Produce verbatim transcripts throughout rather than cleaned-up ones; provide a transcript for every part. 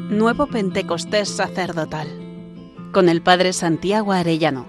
Nuevo Pentecostés Sacerdotal, con el Padre Santiago Arellano.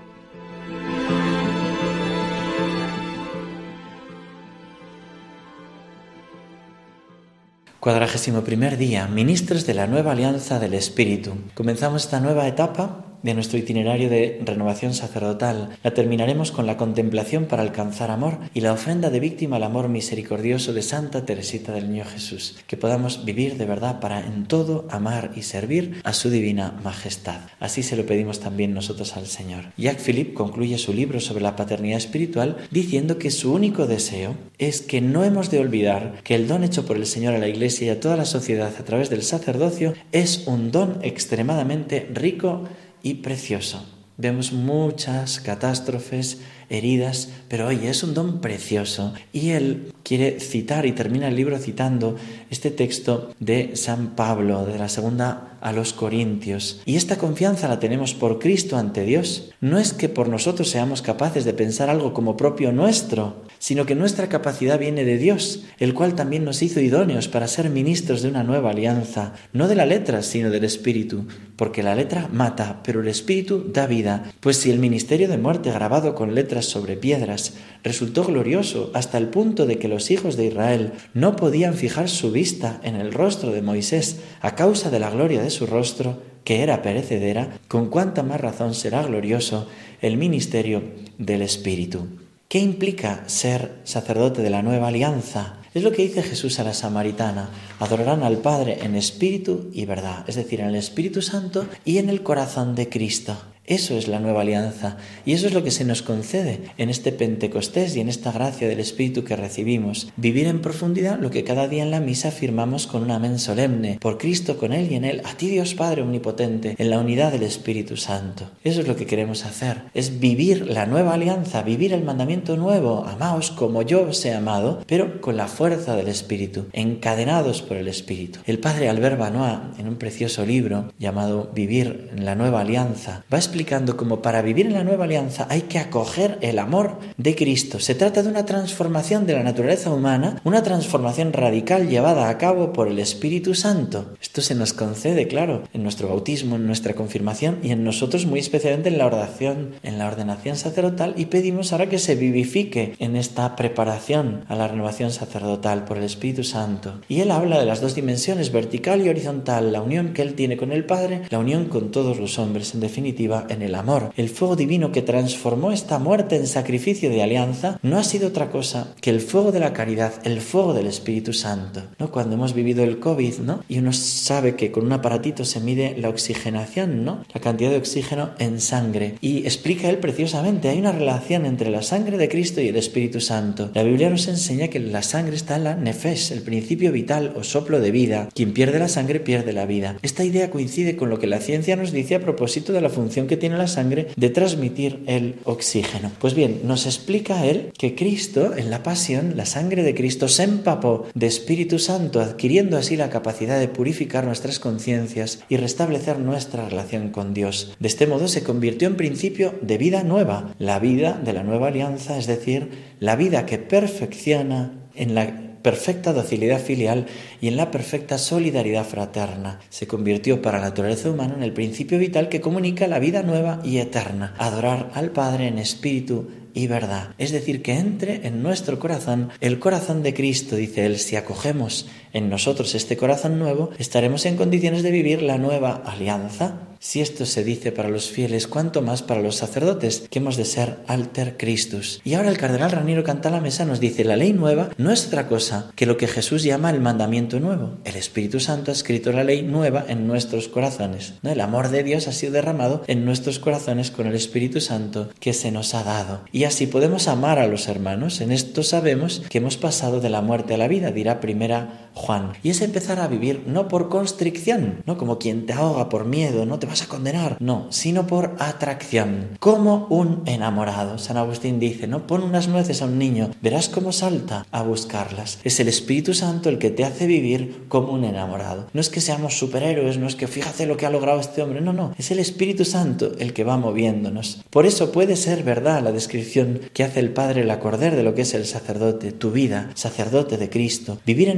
Cuadragésimo primer día, ministros de la nueva alianza del Espíritu. Comenzamos esta nueva etapa de nuestro itinerario de renovación sacerdotal. La terminaremos con la contemplación para alcanzar amor y la ofrenda de víctima al amor misericordioso de Santa Teresita del Niño Jesús. Que podamos vivir de verdad para en todo amar y servir a su divina majestad. Así se lo pedimos también nosotros al Señor. Jacques Philippe concluye su libro sobre la paternidad espiritual diciendo que su único deseo es que no hemos de olvidar que el don hecho por el Señor a la Iglesia y a toda la sociedad a través del sacerdocio es un don extremadamente rico y precioso. Vemos muchas catástrofes, heridas, pero oye, es un don precioso. Y él quiere citar y termina el libro citando este texto de San Pablo, de la segunda a los Corintios. Y esta confianza la tenemos por Cristo ante Dios. No es que por nosotros seamos capaces de pensar algo como propio nuestro, sino que nuestra capacidad viene de Dios, el cual también nos hizo idóneos para ser ministros de una nueva alianza, no de la letra, sino del Espíritu, porque la letra mata, pero el Espíritu da vida. Pues si el ministerio de muerte grabado con letras sobre piedras resultó glorioso hasta el punto de que los hijos de Israel no podían fijar su vista en el rostro de Moisés a causa de la gloria de su rostro, que era perecedera, con cuánta más razón será glorioso el ministerio del Espíritu. ¿Qué implica ser sacerdote de la nueva alianza? Es lo que dice Jesús a la samaritana: adorarán al Padre en espíritu y verdad, es decir, en el Espíritu Santo y en el corazón de Cristo. Eso es la nueva alianza y eso es lo que se nos concede en este Pentecostés y en esta gracia del Espíritu que recibimos. Vivir en profundidad lo que cada día en la misa afirmamos con un amén solemne: por Cristo, con Él y en Él, a ti Dios Padre omnipotente, en la unidad del Espíritu Santo. Eso es lo que queremos hacer, es vivir la nueva alianza, vivir el mandamiento nuevo: amaos como yo os he amado, pero con la fuerza del Espíritu, encadenados por el Espíritu. El padre Albert Banois, en un precioso libro llamado Vivir en la nueva alianza, va a explicar explicando cómo para vivir en la nueva alianza hay que acoger el amor de Cristo. Se trata de una transformación de la naturaleza humana, una transformación radical llevada a cabo por el Espíritu Santo. Esto se nos concede, claro, en nuestro bautismo, en nuestra confirmación y en nosotros muy especialmente en la ordenación, en la ordenación sacerdotal, y pedimos ahora que se vivifique en esta preparación a la renovación sacerdotal por el Espíritu Santo. Y él habla de las dos dimensiones, vertical y horizontal, la unión que él tiene con el Padre, la unión con todos los hombres, en definitiva, en el amor. El fuego divino que transformó esta muerte en sacrificio de alianza no ha sido otra cosa que el fuego de la caridad, el fuego del Espíritu Santo, ¿no? Cuando hemos vivido el COVID, ¿no? Y uno sabe que con un aparatito se mide la oxigenación, ¿no? La cantidad de oxígeno en sangre. Y explica él preciosamente, hay una relación entre la sangre de Cristo y el Espíritu Santo. La Biblia nos enseña que la sangre está en la nefesh, el principio vital o soplo de vida. Quien pierde la sangre pierde la vida. Esta idea coincide con lo que la ciencia nos dice a propósito de la función que tiene la sangre de transmitir el oxígeno. Pues bien, nos explica él que Cristo, en la pasión, la sangre de Cristo se empapó de Espíritu Santo, adquiriendo así la capacidad de purificar nuestras conciencias y restablecer nuestra relación con Dios. De este modo se convirtió en principio de vida nueva, la vida de la nueva alianza, es decir, la vida que perfecciona en la perfecta docilidad filial y en la perfecta solidaridad fraterna. Se convirtió para la naturaleza humana en el principio vital que comunica la vida nueva y eterna: adorar al Padre en espíritu y verdad. Es decir, que entre en nuestro corazón el corazón de Cristo, dice él. Si acogemos en nosotros este corazón nuevo, estaremos en condiciones de vivir la nueva alianza. Si esto se dice para los fieles, cuánto más para los sacerdotes, que hemos de ser alter Christus. Y ahora el cardenal Raniero Cantalamessa nos dice: la ley nueva no es otra cosa que lo que Jesús llama el mandamiento nuevo. El Espíritu Santo ha escrito la ley nueva en nuestros corazones, ¿no? El amor de Dios ha sido derramado en nuestros corazones con el Espíritu Santo que se nos ha dado. Y así podemos amar a los hermanos. En esto sabemos que hemos pasado de la muerte a la vida, dirá primera Juan. Y es empezar a vivir no por constricción, no como quien te ahoga por miedo, no te vas a condenar, no, sino por atracción, como un enamorado. San Agustín dice, no, pon unas nueces a un niño, verás cómo salta a buscarlas. Es el Espíritu Santo el que te hace vivir como un enamorado. No es que seamos superhéroes, no es que fíjate lo que ha logrado este hombre, no, no, es el Espíritu Santo el que va moviéndonos. Por eso puede ser verdad la descripción que hace el Padre Lacordaire de lo que es el sacerdote, tu vida, sacerdote de Cristo, vivir en medio del mundo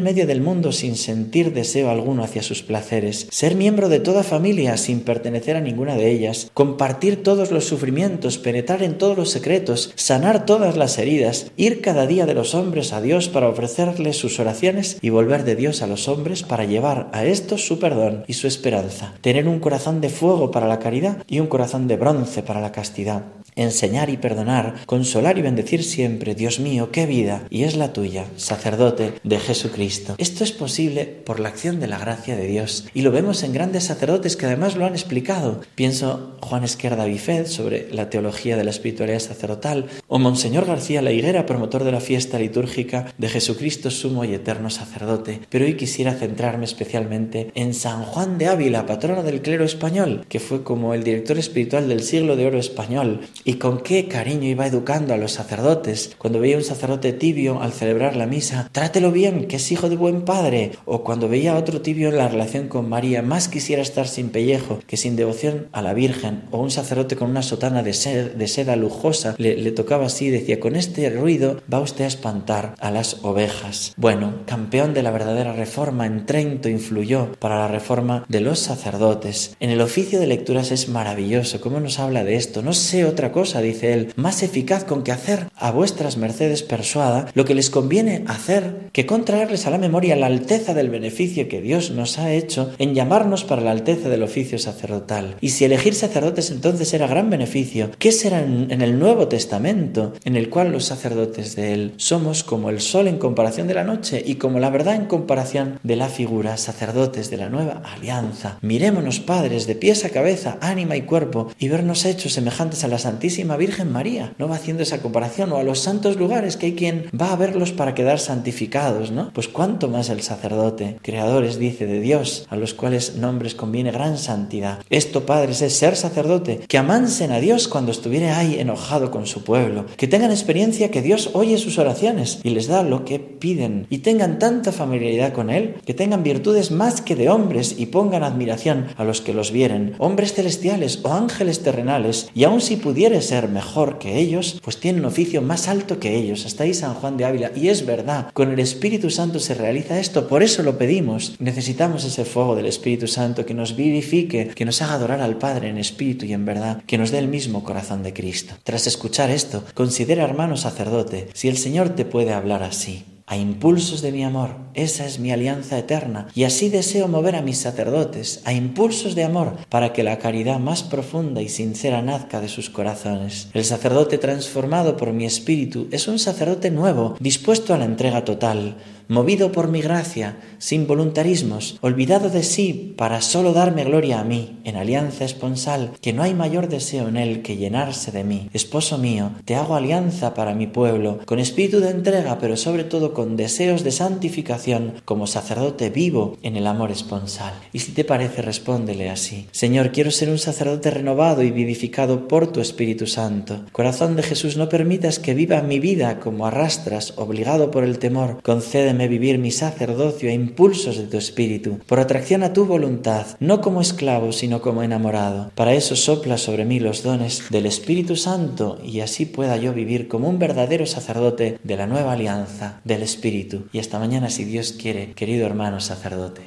mundo sin sentir deseo alguno hacia sus placeres, ser miembro de toda familia sin pertenecer a ninguna de ellas, compartir todos los sufrimientos, penetrar en todos los secretos, sanar todas las heridas, ir cada día de los hombres a Dios para ofrecerles sus oraciones y volver de Dios a los hombres para llevar a estos su perdón y su esperanza, tener un corazón de fuego para la caridad y un corazón de bronce para la castidad, enseñar y perdonar, consolar y bendecir siempre. Dios mío, qué vida, y es la tuya, sacerdote de Jesucristo. Esto es posible por la acción de la gracia de Dios, y lo vemos en grandes sacerdotes que además lo han explicado. Pienso Juan Esquerda Bifed sobre la teología de la espiritualidad sacerdotal, o Monseñor García La Higuera, promotor de la fiesta litúrgica de Jesucristo sumo y eterno sacerdote. Pero hoy quisiera centrarme especialmente en San Juan de Ávila, patrono del clero español, que fue como el director espiritual del siglo de oro español, y con qué cariño iba educando a los sacerdotes. Cuando veía un sacerdote tibio al celebrar la misa, trátelo bien, que es hijo de buen padre. O cuando veía a otro tibio en la relación con María, más quisiera estar sin pellejo que sin devoción a la Virgen. O un sacerdote con una sotana de seda, de seda lujosa, le, le tocaba así y decía: con este ruido va usted a espantar a las ovejas. Bueno, campeón de la verdadera reforma en Trento, influyó para la reforma de los sacerdotes. En el oficio de lecturas es maravilloso cómo nos habla de esto. No sé otra cosa, dice él, más eficaz con que hacer a vuestras mercedes persuada lo que les conviene hacer que contraerles a la memoria la alteza del beneficio que Dios nos ha hecho en llamarnos para la alteza del oficio sacerdotal. Y si elegir sacerdotes entonces era gran beneficio, ¿qué será en, en el Nuevo Testamento, en el cual los sacerdotes de él somos como el sol en comparación de la noche y como la verdad en comparación de la figura, sacerdotes de la nueva alianza? Mirémonos, padres, de pies a cabeza, ánima y cuerpo, y vernos hechos semejantes a la Santísima Virgen María. No va haciendo esa comparación, o a los santos lugares, que hay quien va a verlos para quedar santificados, ¿no? Pues cuánto más el sacerdote, creadores, dice, de Dios, a los cuales nombres conviene gran santidad. Esto, padres, es ser sacerdote, que amansen a Dios cuando estuviere ahí enojado con su pueblo, que tengan experiencia que Dios oye sus oraciones y les da lo que piden, y tengan tanta familiaridad con Él, que tengan virtudes más que de hombres y pongan admiración a los que los vieren, hombres celestiales o ángeles terrenales, y aun si pudiere ser mejor que ellos, pues tiene un oficio más alto que ellos. Hasta ahí San Juan de Ávila. Y es verdad, con el Espíritu Santo se realiza esto, por eso lo pedimos. Necesitamos ese fuego del Espíritu Santo que nos vivifique, que nos haga adorar al Padre en espíritu y en verdad, que nos dé el mismo corazón de Cristo. Tras escuchar esto, considera, hermano sacerdote, si el Señor te puede hablar así: a impulsos de mi amor, esa es mi alianza eterna, y así deseo mover a mis sacerdotes, a impulsos de amor, para que la caridad más profunda y sincera nazca de sus corazones. El sacerdote transformado por mi espíritu es un sacerdote nuevo, dispuesto a la entrega total, movido por mi gracia, sin voluntarismos, olvidado de sí para solo darme gloria a mí, en alianza esponsal, que no hay mayor deseo en él que llenarse de mí. Esposo mío, te hago alianza para mi pueblo, con espíritu de entrega, pero sobre todo con deseos de santificación, como sacerdote vivo en el amor esponsal. Y si te parece, respóndele así: Señor, quiero ser un sacerdote renovado y vivificado por tu Espíritu Santo. Corazón de Jesús, no permitas que viva mi vida como arrastras, obligado por el temor. Concédeme vivir mi sacerdocio a impulsos de tu espíritu, por atracción a tu voluntad, no como esclavo, sino como enamorado. Para eso sopla sobre mí los dones del Espíritu Santo, y así pueda yo vivir como un verdadero sacerdote de la nueva alianza del Espíritu. Y hasta mañana, si Dios quiere, querido hermano sacerdote.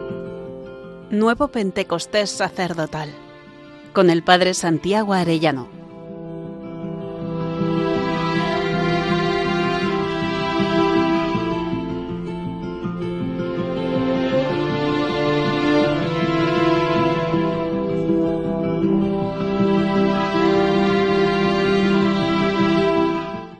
Nuevo Pentecostés sacerdotal, con el Padre Santiago Arellano.